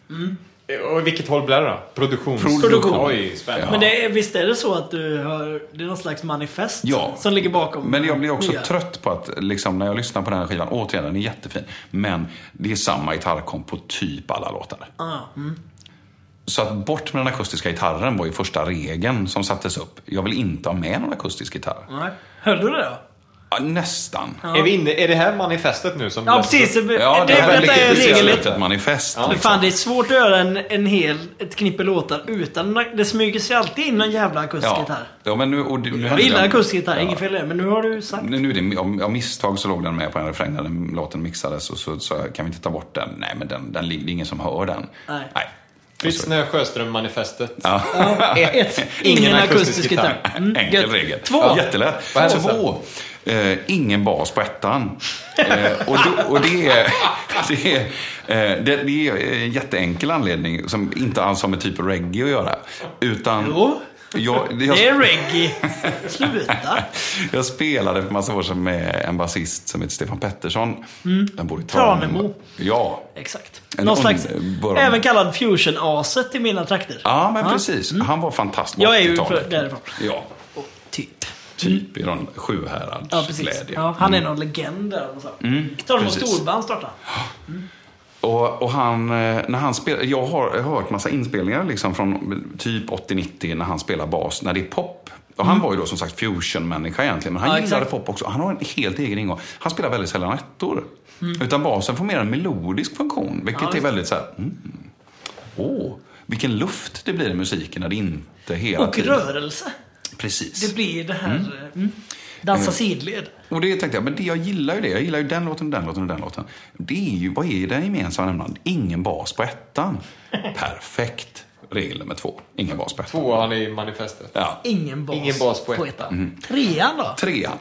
Speaker 1: Och i vilket håll blir det då? Produktions...
Speaker 2: Produktion.
Speaker 1: Oj, spännande.
Speaker 2: Ja.
Speaker 3: Men det är, visst är det så att du har... Det är någon slags manifest
Speaker 2: Ja.
Speaker 3: som ligger bakom.
Speaker 2: Men jag blir också
Speaker 3: nya.
Speaker 2: trött på att liksom, när jag lyssnar på den här skivan, återigen den är jättefin. Men det är samma gitarrkomp på typ alla låtar.
Speaker 3: Ah, mm.
Speaker 2: Så att bort med den akustiska gitarren var ju första regeln som sattes upp. Jag vill inte ha med någon akustisk gitarr.
Speaker 3: Nej. Höll du det då?
Speaker 2: Ja, nästan.
Speaker 3: Ja.
Speaker 1: Är, vi inne, är det här manifestet nu som
Speaker 3: Ja, precis. Det,
Speaker 2: Ja, det,
Speaker 3: det,
Speaker 2: är väl
Speaker 3: detta är
Speaker 2: lite
Speaker 3: regel
Speaker 2: ett
Speaker 3: ett.
Speaker 2: manifest.
Speaker 1: Ja.
Speaker 3: Men fan, det är svårt att göra en, en hel, ett knippe låtar utan... Det smyger sig alltid in någon jävla akustisk
Speaker 2: Ja.
Speaker 3: gitarr.
Speaker 2: Ja, men nu, och nu, nu
Speaker 3: Jag gillar
Speaker 2: den-
Speaker 3: akustisk gitarr,
Speaker 2: Ja.
Speaker 3: inget fel i det. Men nu har du sagt...
Speaker 2: Nu, nu är det, av, av misstag så låg den med på en refräng när den låten mixades och så, så kan vi inte ta bort den. Nej, men den, den, det är ingen som hör den.
Speaker 3: Nej.
Speaker 2: Nej.
Speaker 1: Fritzner Sjöström-manifestet.
Speaker 2: Ja.
Speaker 3: Ett, ingen,
Speaker 1: Ingen
Speaker 3: akustisk
Speaker 1: akustisk
Speaker 3: gitarr.
Speaker 1: gitarr.
Speaker 3: Mm,
Speaker 2: Enkel
Speaker 3: gött.
Speaker 2: regel.
Speaker 3: Två.
Speaker 2: Ja, jättelätt.
Speaker 1: Vad händer
Speaker 2: Två. Eh, ingen bas på ettan. Eh, och, då, och det är, det, är, eh, det, det är en jätteenkel anledning som inte alls har med typ reggae att göra. Utan...
Speaker 3: Jo,
Speaker 2: Jag, jag,
Speaker 3: det är reggae. Sluta.
Speaker 2: jag spelade för massa år sedan med en basist som heter Stefan Pettersson. Den bor i Tranemo.
Speaker 3: Tranemo.
Speaker 2: Ja.
Speaker 3: Exakt.
Speaker 2: En
Speaker 3: Någon slags...
Speaker 2: underbar-
Speaker 3: Även kallad fusion-aset i mina trakter.
Speaker 2: Ja, men precis. Han var fantastisk.
Speaker 3: Jag är ju
Speaker 2: åttiotalet.
Speaker 3: för- därifrån.
Speaker 2: Ja,
Speaker 3: Och typ.
Speaker 2: typ i någon Sjuhärads
Speaker 3: Ja, precis.
Speaker 2: glädje.
Speaker 3: Ja, han är någon legend där. Och så.
Speaker 2: Mm,
Speaker 3: Tranemo
Speaker 2: precis.
Speaker 3: storband startade.
Speaker 2: Och, och han, eh, när han spelar, jag har hört massa inspelningar liksom från typ åttio nittio när han spelar bas, när det är pop. Och han var ju då som sagt fusion-människa egentligen, men han
Speaker 3: Ja,
Speaker 2: gillade
Speaker 3: exakt.
Speaker 2: pop också. Han har en helt egen ingång. Han spelar väldigt sällan ettor. Utan basen får mer en melodisk funktion, vilket
Speaker 3: Ja,
Speaker 2: är
Speaker 3: just
Speaker 2: väldigt så här. Mm, åh, vilken luft det blir i musiken när det inte hela
Speaker 3: Och
Speaker 2: tiden.
Speaker 3: rörelse.
Speaker 2: Precis.
Speaker 3: Det blir det här... Mm. Dansa sidled.
Speaker 2: Och det tänkte jag, men det, jag gillar ju det. Jag gillar ju den låten, den låten och den låten. Det är ju, vad är den gemensamma nämnaren? Ingen bas på ettan. Perfekt. Regel nummer två. Ingen bas på ettan.
Speaker 1: Tvåan i manifestet.
Speaker 2: Ja.
Speaker 3: Ingen bas,
Speaker 1: Ingen bas på ettan.
Speaker 2: Mm.
Speaker 3: Trean då?
Speaker 2: Trean.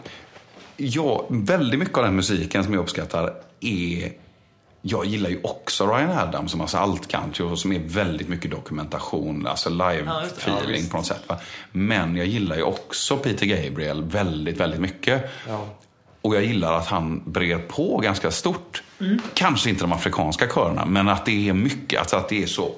Speaker 2: Ja, väldigt mycket av den musiken som jag uppskattar är... Jag gillar ju också Ryan Adams som alltså allt country och som är väldigt mycket dokumentation, alltså
Speaker 3: Ja, just det.
Speaker 2: live-feeling
Speaker 1: Ja, visst.
Speaker 2: på något sätt. Va? Men jag gillar ju också Peter Gabriel väldigt, väldigt mycket.
Speaker 1: Ja.
Speaker 2: Och jag gillar att han brer på ganska stort. Kanske inte de afrikanska körerna, men att det är mycket, alltså att det är så...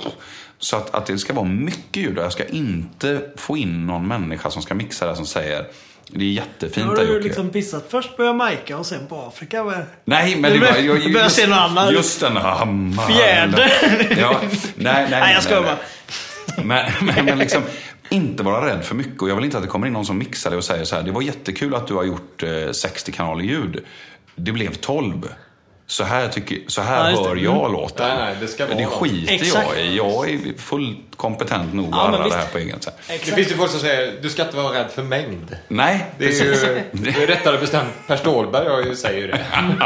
Speaker 2: Så att, att det ska vara mycket ljud och jag ska inte få in någon människa som ska mixa det som säger det är jättefint
Speaker 3: Har
Speaker 2: där,
Speaker 3: du
Speaker 2: Jocke.
Speaker 3: liksom pissat först på Jamaica och sen på Afrika? Va?
Speaker 2: Nej, men det
Speaker 3: Du
Speaker 2: var...
Speaker 3: bör-
Speaker 2: Jag,
Speaker 3: du börjar se någon annan.
Speaker 2: Just den här hammaren.
Speaker 3: Fjärde.
Speaker 2: Ja, nej, nej,
Speaker 3: Nej, jag skojar bara.
Speaker 2: Men, men, men liksom, inte vara rädd för mycket. Och jag vill inte att det kommer in någon som mixar det och säger så här: det var jättekul att du har gjort eh, sextio kanaler ljud. Det blev tolv. Så här, tycker, så här
Speaker 3: Ja, just det.
Speaker 2: hör jag låten.
Speaker 1: Nej, nej, det ska vara
Speaker 2: det
Speaker 1: något.
Speaker 2: skiter
Speaker 3: Exakt.
Speaker 2: jag i. Jag är fullt kompetent nog att
Speaker 3: Ja, men
Speaker 2: göra det
Speaker 3: visst.
Speaker 2: här på egen sätt.
Speaker 1: Det
Speaker 3: Exakt.
Speaker 1: finns ju folk som säger du ska inte vara rädd för mängd.
Speaker 2: Nej,
Speaker 1: Det är
Speaker 2: precis.
Speaker 1: ju det är rättare bestämt Per Stålberg jag ju säger ju det.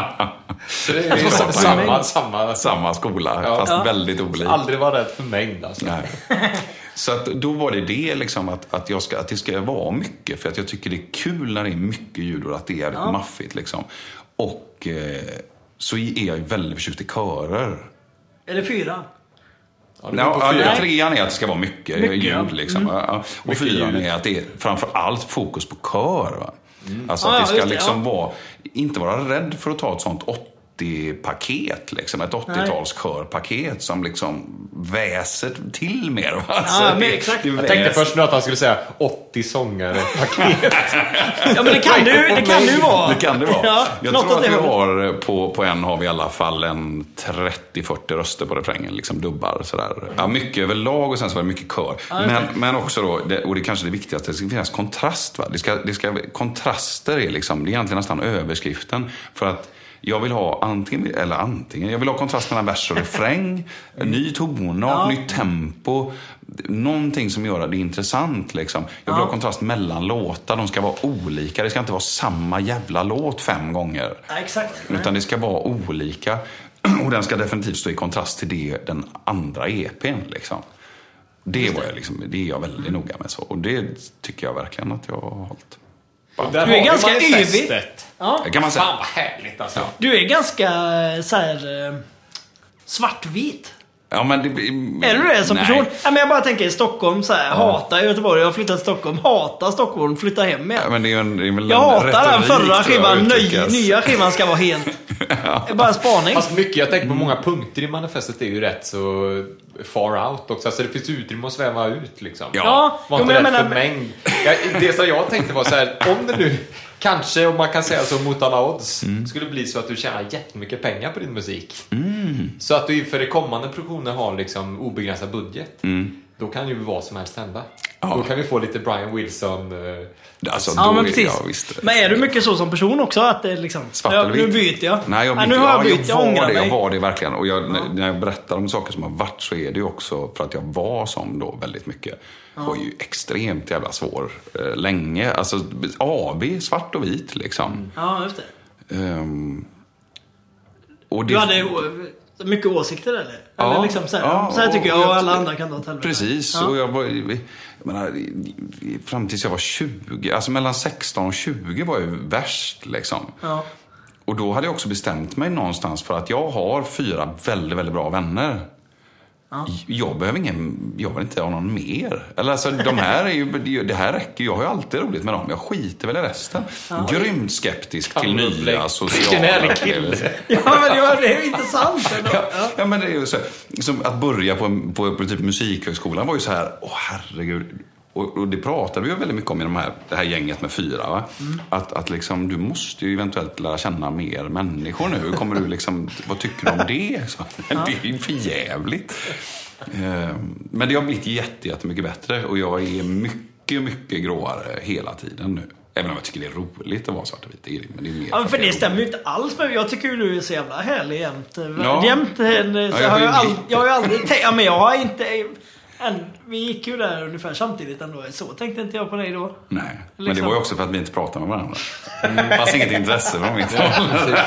Speaker 1: Så det är ju
Speaker 3: tror
Speaker 1: samma,
Speaker 3: samma-
Speaker 1: samma,
Speaker 2: Samma skola,
Speaker 1: Ja.
Speaker 2: fast
Speaker 3: Ja.
Speaker 2: väldigt olika.
Speaker 1: Aldrig vara rädd för mängd alltså.
Speaker 2: Nej. Så att då var det det liksom att, att, jag ska, att det ska vara mycket. För att jag tycker det är kul när det är mycket ljud och att det är
Speaker 3: Ja.
Speaker 2: maffigt liksom. Och eh, så är jag ju väldigt förtjust i körer.
Speaker 3: Eller fyra?
Speaker 1: Ja, det beror på
Speaker 2: Ja,
Speaker 1: fyra.
Speaker 2: ja, trean är att det ska vara mycket,
Speaker 3: Mycket,
Speaker 2: ljud
Speaker 3: ja.
Speaker 2: liksom. Ja, ja. Och
Speaker 1: Mycket
Speaker 2: fyran
Speaker 1: ljud.
Speaker 2: är att det är framför allt fokus på kör. Va? Alltså
Speaker 3: Ah,
Speaker 2: att
Speaker 3: ja,
Speaker 2: det ska
Speaker 3: just det,
Speaker 2: liksom
Speaker 3: ja.
Speaker 2: vara, inte vara rädd för att ta ett sånt åttio-paket, liksom. Ett åttio-talskörpaket som liksom väser till mer. Va? Alltså,
Speaker 3: men
Speaker 2: det-
Speaker 3: exakt.
Speaker 2: det
Speaker 1: Jag tänkte
Speaker 2: väser-
Speaker 1: först nu att han skulle säga åttio sångare paket.
Speaker 3: Ja, men det kan du, det kan du vara.
Speaker 2: Det kan det vara.
Speaker 3: Ja,
Speaker 2: jag
Speaker 3: något
Speaker 2: tror
Speaker 3: åt
Speaker 2: att
Speaker 3: det
Speaker 2: vi
Speaker 3: hållet.
Speaker 2: har på, på en har vi i alla fall en trettio fyrtio röster på refrängen. Liksom dubbar sådär. Ja, mycket överlag och sen så var det mycket kör. Men, men också då, det, och det är kanske det viktigaste, det ska finnas kontrast. Va? Det ska, det ska, kontraster är liksom, det är egentligen nästan överskriften. För att jag vill ha antingen, eller antingen, jag vill ha kontrast mellan vers och refräng, en ny tonart,
Speaker 3: Ja.
Speaker 2: nytt tempo, någonting som gör det intressant liksom. Jag vill
Speaker 3: Ja.
Speaker 2: ha kontrast mellan låtar, de ska vara olika, det ska inte vara samma jävla låt fem gånger.
Speaker 3: Ja, exakt.
Speaker 2: Utan det ska vara olika. Och den ska definitivt stå i kontrast till det, den andra E P:n liksom. Det, var jag liksom, det är jag väldigt noga med så. Och det tycker jag verkligen att jag har hållit.
Speaker 1: Där
Speaker 3: Du är
Speaker 1: har vi
Speaker 3: ganska
Speaker 1: manifestet.
Speaker 3: Ja.
Speaker 2: Det kan man säga.
Speaker 1: Fan vad härligt alltså.
Speaker 3: Du är ganska så här eh, svartvit.
Speaker 2: Ja, men det,
Speaker 3: Är du det som
Speaker 2: nej.
Speaker 3: person? Ja, men jag bara tänker Stockholm så här, hatar Göteborg, jag har flyttat till Stockholm, hatar Stockholm, flytta hem igen.
Speaker 2: Ja, men det är ju en, det är väl
Speaker 3: Jag
Speaker 2: en
Speaker 3: hatar den
Speaker 2: retorik,
Speaker 3: förra
Speaker 2: tror jag,
Speaker 3: skivan, ny,
Speaker 2: uttryckas.
Speaker 3: nya skivan ska vara helt... Det är bara en spaning.
Speaker 1: Fast mycket, jag tänker på många punkter i manifestet är ju rätt så far out också. Alltså det finns utrymme att sväva ut liksom.
Speaker 2: Ja.
Speaker 3: Ja,
Speaker 1: Var
Speaker 3: jo,
Speaker 1: inte
Speaker 3: men jag
Speaker 1: rädd för
Speaker 3: menar...
Speaker 1: mängd. Jag, det som jag tänkte var så här, om det nu kanske, om man kan säga så mot alla odds, mm. skulle bli så att du tjänar jättemycket pengar på din musik.
Speaker 2: Mm.
Speaker 1: Så att du för det kommande produktioner har liksom obegränsad budget.
Speaker 2: Mm.
Speaker 1: Då kan ju vad som helst hända.
Speaker 2: Ja.
Speaker 1: Då kan vi få lite Brian Wilson... Uh,
Speaker 2: alltså,
Speaker 3: ja,
Speaker 2: då
Speaker 3: men
Speaker 2: är,
Speaker 3: precis.
Speaker 2: ja, visst.
Speaker 3: Men är du mycket så som person också? Att det är liksom...
Speaker 2: Svart eller vitt?
Speaker 3: Nu byter jag.
Speaker 2: Nej, jag byter.
Speaker 3: Nej, nu har jag bytt.
Speaker 2: Ja, jag,
Speaker 3: jag ångrar
Speaker 2: det,
Speaker 3: mig.
Speaker 2: jag var det verkligen. Och jag,
Speaker 3: ja.
Speaker 2: när, när jag berättar om saker som har varit så är det ju också för att jag var som då väldigt mycket. Ja. Var ju extremt jävla svår. Eh, länge. Alltså A B, svart och vit liksom.
Speaker 3: Mm. Ja, just det.
Speaker 2: Um, och det...
Speaker 3: Du hade mycket åsikter eller?
Speaker 2: Ja,
Speaker 3: eller liksom så här,
Speaker 2: ja,
Speaker 3: så här tycker jag
Speaker 2: och
Speaker 3: och
Speaker 2: jag,
Speaker 3: alla andra kan ta ett helvete.
Speaker 2: Precis,
Speaker 3: ja.
Speaker 2: och jag var, jag menar, fram tills jag var tjugo, alltså mellan sexton och tjugo var jag värst liksom.
Speaker 3: Ja.
Speaker 2: Och då hade jag också bestämt mig någonstans för att jag har fyra väldigt, väldigt bra vänner. Ja. Jag behöver ingen, jag vill inte ha någon mer. Eller alltså, de här är ju, det här räcker. Jag har ju alltid roligt med dem. Jag skiter väl i resten. Ja. Grymt skeptisk till
Speaker 1: kan
Speaker 2: nya sociala upplevelser.
Speaker 3: Ja, men det, det är ju intressant.
Speaker 2: Ja, ja, men det är ju så. Som att börja på, på, på typ musikhögskolan var ju så här, åh herregud. Och, och det pratade vi ju väldigt mycket om i de här, det här gänget med fyra. Va? Mm. Att, att liksom, du måste ju eventuellt lära känna mer människor nu. Kommer du liksom, vad tycker du om det? Så, ja. Det är ju för jävligt. Men det har blivit jätte, jättemycket bättre. Och jag är mycket, mycket gråare hela tiden nu. Även om jag tycker det är roligt att vara svart och vit. Men det är mer
Speaker 3: ja, för det stämmer ju inte alls. Men jag tycker ju du är så jävla härlig jämt.
Speaker 2: Ja.
Speaker 3: Jämt. Så
Speaker 2: ja, jag,
Speaker 3: har
Speaker 2: har
Speaker 3: jag,
Speaker 2: ju
Speaker 3: all, jag har ju aldrig tänkt... Ja, men jag har inte... En, vi gick ju där ungefär samtidigt ändå. Så tänkte inte jag på dig då.
Speaker 2: Nej, liksom. Men det var ju också för att vi inte pratade med varandra. Det fanns inget intresse från mitt håll.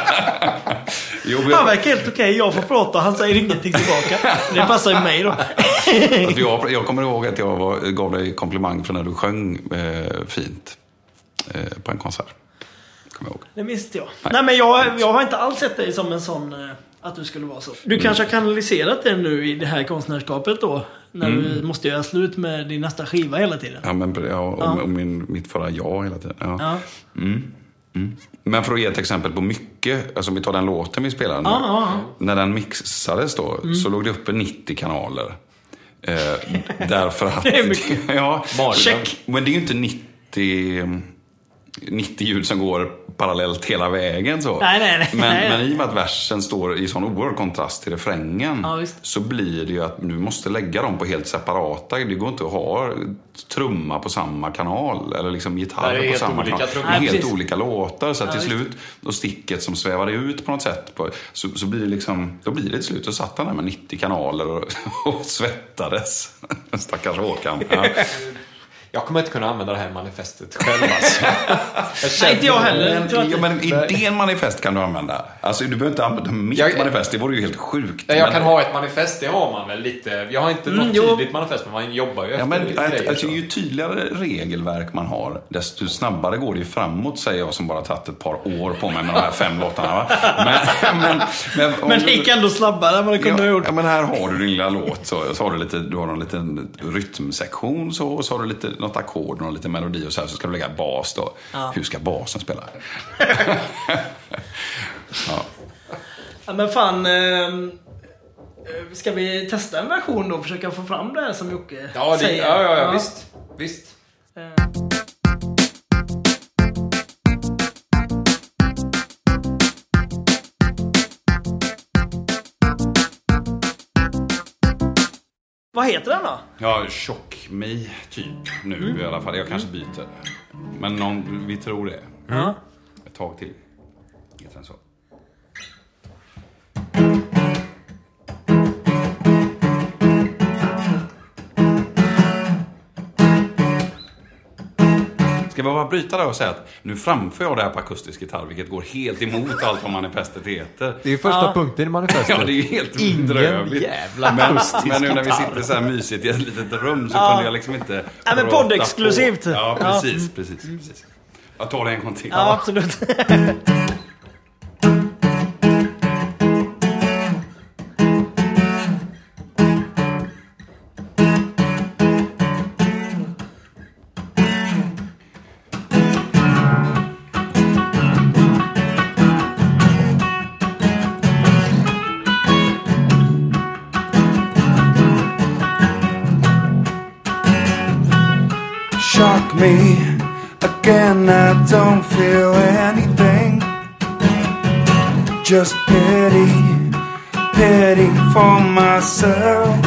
Speaker 3: Han verkar helt okej. Okay. Jag får prata, han säger ingenting tillbaka. Det passar ju mig då.
Speaker 2: jag, jag kommer ihåg att jag var, gav dig komplimang för när du sjöng eh, fint eh, på en konsert. Kommer jag ihåg.
Speaker 3: Det visste jag. Nej, Nej men jag, jag har inte alls sett dig som en sån... Eh, att du skulle vara så. Du mm. kanske har kanaliserat det nu i det här konstnärskapet då. När mm. du måste göra slut med din nästa skiva hela tiden.
Speaker 2: Ja, men ja, och, ja. och min, mitt förra ja hela tiden. Ja. Ja. Mm. Mm. Men för att ge ett exempel på mycket, alltså om vi tar den låten vi spelar nu.
Speaker 3: Ja, ja, ja.
Speaker 2: När den mixades då, mm. så låg det uppe nittio kanaler. Eh, därför att...
Speaker 3: Det är mycket.
Speaker 2: Ja,
Speaker 3: check.
Speaker 2: Men det är ju inte nittio... nittio ljud som går parallellt hela vägen så.
Speaker 3: Nej, nej, nej.
Speaker 2: Men,
Speaker 3: nej.
Speaker 2: men i och med att versen står i sån oerhörd kontrast till refrängen,
Speaker 3: ja,
Speaker 2: så blir det ju att du måste lägga dem på helt separata. Det går inte att ha trumma på samma kanal eller liksom gitarr på samma kanal. Det är helt
Speaker 3: precis.
Speaker 2: olika låtar, så att
Speaker 3: ja,
Speaker 2: till slut och sticket som svävar ut på något sätt på, så, så blir det liksom, då blir det till slut så satt han där med nittio kanaler och, och svettades. Stackars Håkan. Ja.
Speaker 1: Jag kommer inte kunna använda det här manifestet själv alltså.
Speaker 3: Jag Nej, inte jag heller.
Speaker 2: Men, ja, men idén manifest kan du använda. Alltså du behöver inte använda mitt jag, manifest, det vore ju helt sjukt.
Speaker 1: Ja, jag
Speaker 2: men...
Speaker 1: kan ha ett manifest, det har man väl lite. Jag har inte något mm, tydligt manifest, men man jobbar ju efter.
Speaker 2: Ja, men
Speaker 1: grejer,
Speaker 2: alltså, ju tydligare regelverk man har, desto snabbare går det ju framåt, säger jag som bara tagit ett par år på mig med de här fem låtarna. Va? Men, men, men, om,
Speaker 3: men det gick ändå snabbare än vad det kunde
Speaker 2: ja,
Speaker 3: ha gjort.
Speaker 2: Ja, men här har du din lilla låt, så, så har du, lite, du har en liten rytmsektion så, och så har du lite något ackord och lite melodi och så här, så ska du lägga bas då. Ja. Hur ska basen spela?
Speaker 3: ja. Ja, men fan, eh, ska vi testa en version då och försöka få fram det här som Jocke
Speaker 1: ja, det,
Speaker 3: säger?
Speaker 1: Ja, ja, ja, ja. Visst. Visst. Eh.
Speaker 3: Vad heter den då?
Speaker 2: Ja, Chock mig typ nu mm. i alla fall. Jag kanske byter. Men någon, vi tror det.
Speaker 3: Mm.
Speaker 2: Ett tag till. Heter den så. Ska vi bara bryta där och säga att nu framför jag det här på akustisk gitarr, vilket går helt emot allt vad manifestet heter.
Speaker 1: Det är ju första ja. punkten i manifestet.
Speaker 2: Ja, det är ju helt
Speaker 1: Ingen
Speaker 2: drövligt.
Speaker 1: jävla
Speaker 2: men, men nu när vi sitter så här mysigt i ett litet rum så ja. kunde jag liksom inte...
Speaker 3: Ja, men poddexklusivt.
Speaker 2: Ja, precis, ja. precis, precis. Jag tar det en gång till.
Speaker 3: Ja, absolut.
Speaker 2: Shock me,
Speaker 5: Again, I don't feel anything. Just pity, pity for myself.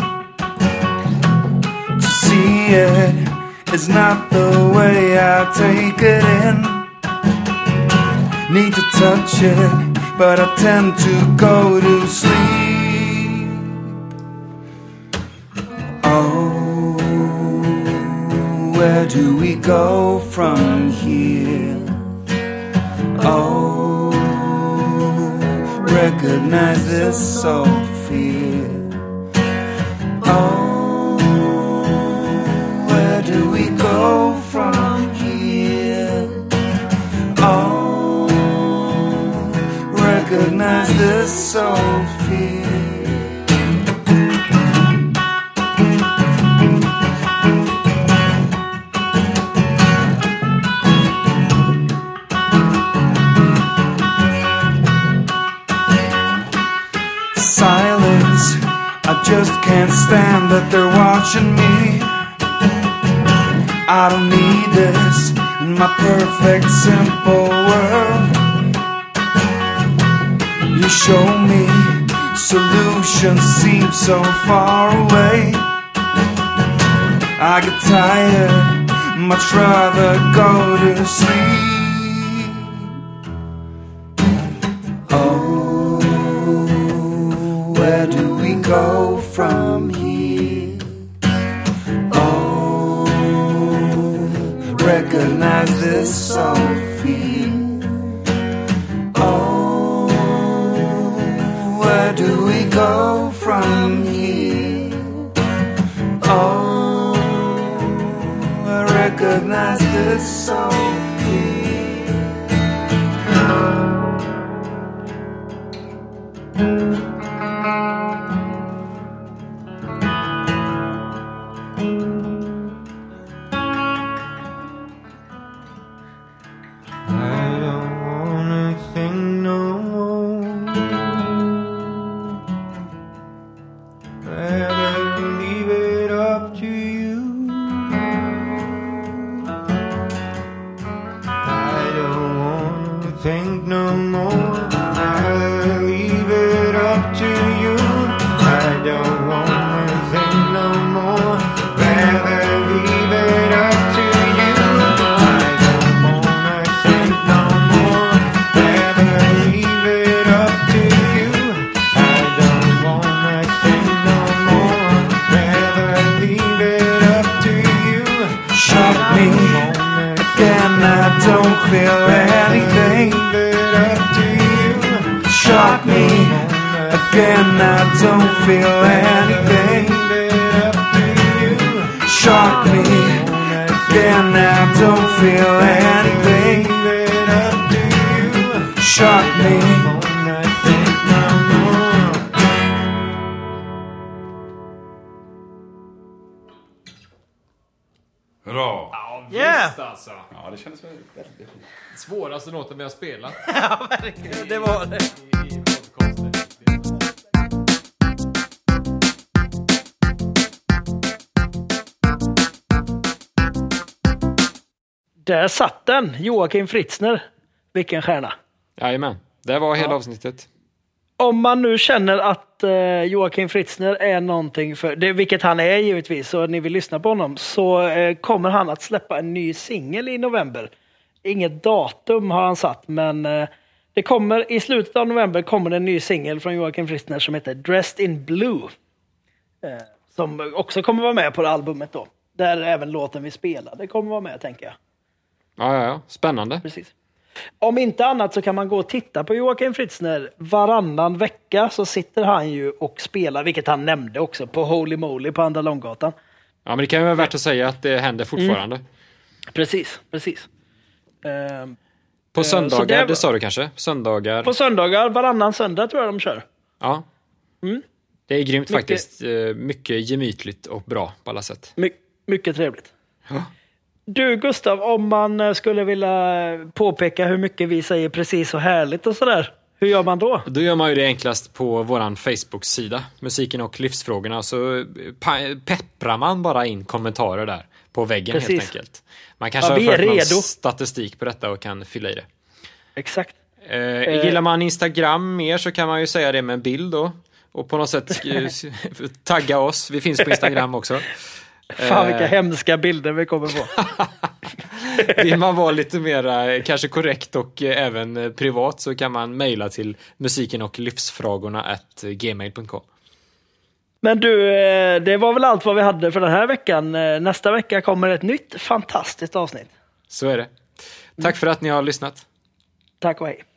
Speaker 5: To see it is not the way I take it in. Need to touch it, but I tend to go to sleep. Oh, where do we go from here? Oh, recognize this old fear. Oh, where do we go from here? Oh, recognize this old fear. Silence, I just can't stand that they're watching me. I don't need this in my perfect simple world. You show me solutions seem so far away. I get tired, much rather go to sleep. Oh, where do we go from here? Oh, recognize this old fear. Oh, where do we go from here? Oh, I recognize this old fear. I don't wanna think no more. Rather leave it up to you. I don't wanna think no more. Rather leave it up to you. I don't wanna think no more. Rather leave it up to you. I don't wanna think no more. Rather leave it up to you. I don't wanna think no more. Rather leave it up to you. Shock me again, I don't feel anything. Shock me again, I don't feel anything. Shock me again, I don't feel anything. Shock me.
Speaker 2: Bra.
Speaker 3: Yeah.
Speaker 1: Visst alltså.
Speaker 2: Ja, det kändes väldigt...
Speaker 1: Svåraste låten vi har spelat.
Speaker 3: Ja, verkligen. Det var det.
Speaker 1: I, i podcasten.
Speaker 3: Där satt den, Joakim Fritzner. Vilken stjärna.
Speaker 4: Jajamän, det var hela
Speaker 3: Ja.
Speaker 4: avsnittet.
Speaker 3: Om man nu känner att eh, Joakim Fritzner är någonting för det, vilket han är givetvis, så ni vill lyssna på honom, så eh, kommer han att släppa en ny singel i november. Inget datum har han satt, men eh, det kommer i slutet av november kommer en ny singel från Joakim Fritzner som heter Dressed in Blue. Eh, som också kommer vara med på det albumet då. Där även låten vi spelade kommer vara med, tänker jag.
Speaker 4: Ja, ja, ja. Spännande.
Speaker 3: Precis. Om inte annat så kan man gå och titta på Joakim Fritzner. Varannan vecka så sitter han ju och spelar, vilket han nämnde också, på Holy Moly på Andra Långgatan.
Speaker 4: Ja, men det kan ju vara värt att säga att det händer fortfarande.
Speaker 3: Mm. Precis, precis. Ehm,
Speaker 4: På söndagar,
Speaker 3: det var-
Speaker 4: det sa du kanske? Söndagar.
Speaker 3: på söndagar, varannan söndag tror jag de kör.
Speaker 4: Ja.
Speaker 3: Mm.
Speaker 4: Det är grymt
Speaker 3: Mycket-
Speaker 4: faktiskt. Eh, Mycket gemytligt och bra på alla sätt.
Speaker 3: My- mycket trevligt.
Speaker 4: Ja.
Speaker 3: Du Gustav, om man eh, skulle vilja påpeka hur mycket vi säger precis och härligt och sådär, hur gör man då?
Speaker 4: Då gör man ju det enklast på våran Facebook-sida, Musiken och livsfrågorna. Så pa- pepprar man bara in kommentarer där på väggen
Speaker 3: Precis.
Speaker 4: helt enkelt. Man kanske
Speaker 3: Ja, vi
Speaker 4: har
Speaker 3: är
Speaker 4: fört någon
Speaker 3: redo.
Speaker 4: statistik på detta och kan fylla i det.
Speaker 3: Exakt.
Speaker 4: Eh, gillar man Instagram mer så kan man ju säga det med en bild då. Och på något sätt eh, tagga oss. Vi finns på Instagram också.
Speaker 3: Fan vilka
Speaker 4: Eh,
Speaker 3: hemska bilder vi kommer på.
Speaker 4: Vill man vara lite mer eh, kanske korrekt och eh, även eh, privat så kan man mejla till musiken och livsfrågorna at gmail punkt com.
Speaker 3: Men du, eh, det var väl allt vad vi hade för den här veckan. Eh, Nästa vecka kommer ett nytt fantastiskt avsnitt.
Speaker 4: Så är det. Tack för att ni har lyssnat.
Speaker 3: Tack och hej.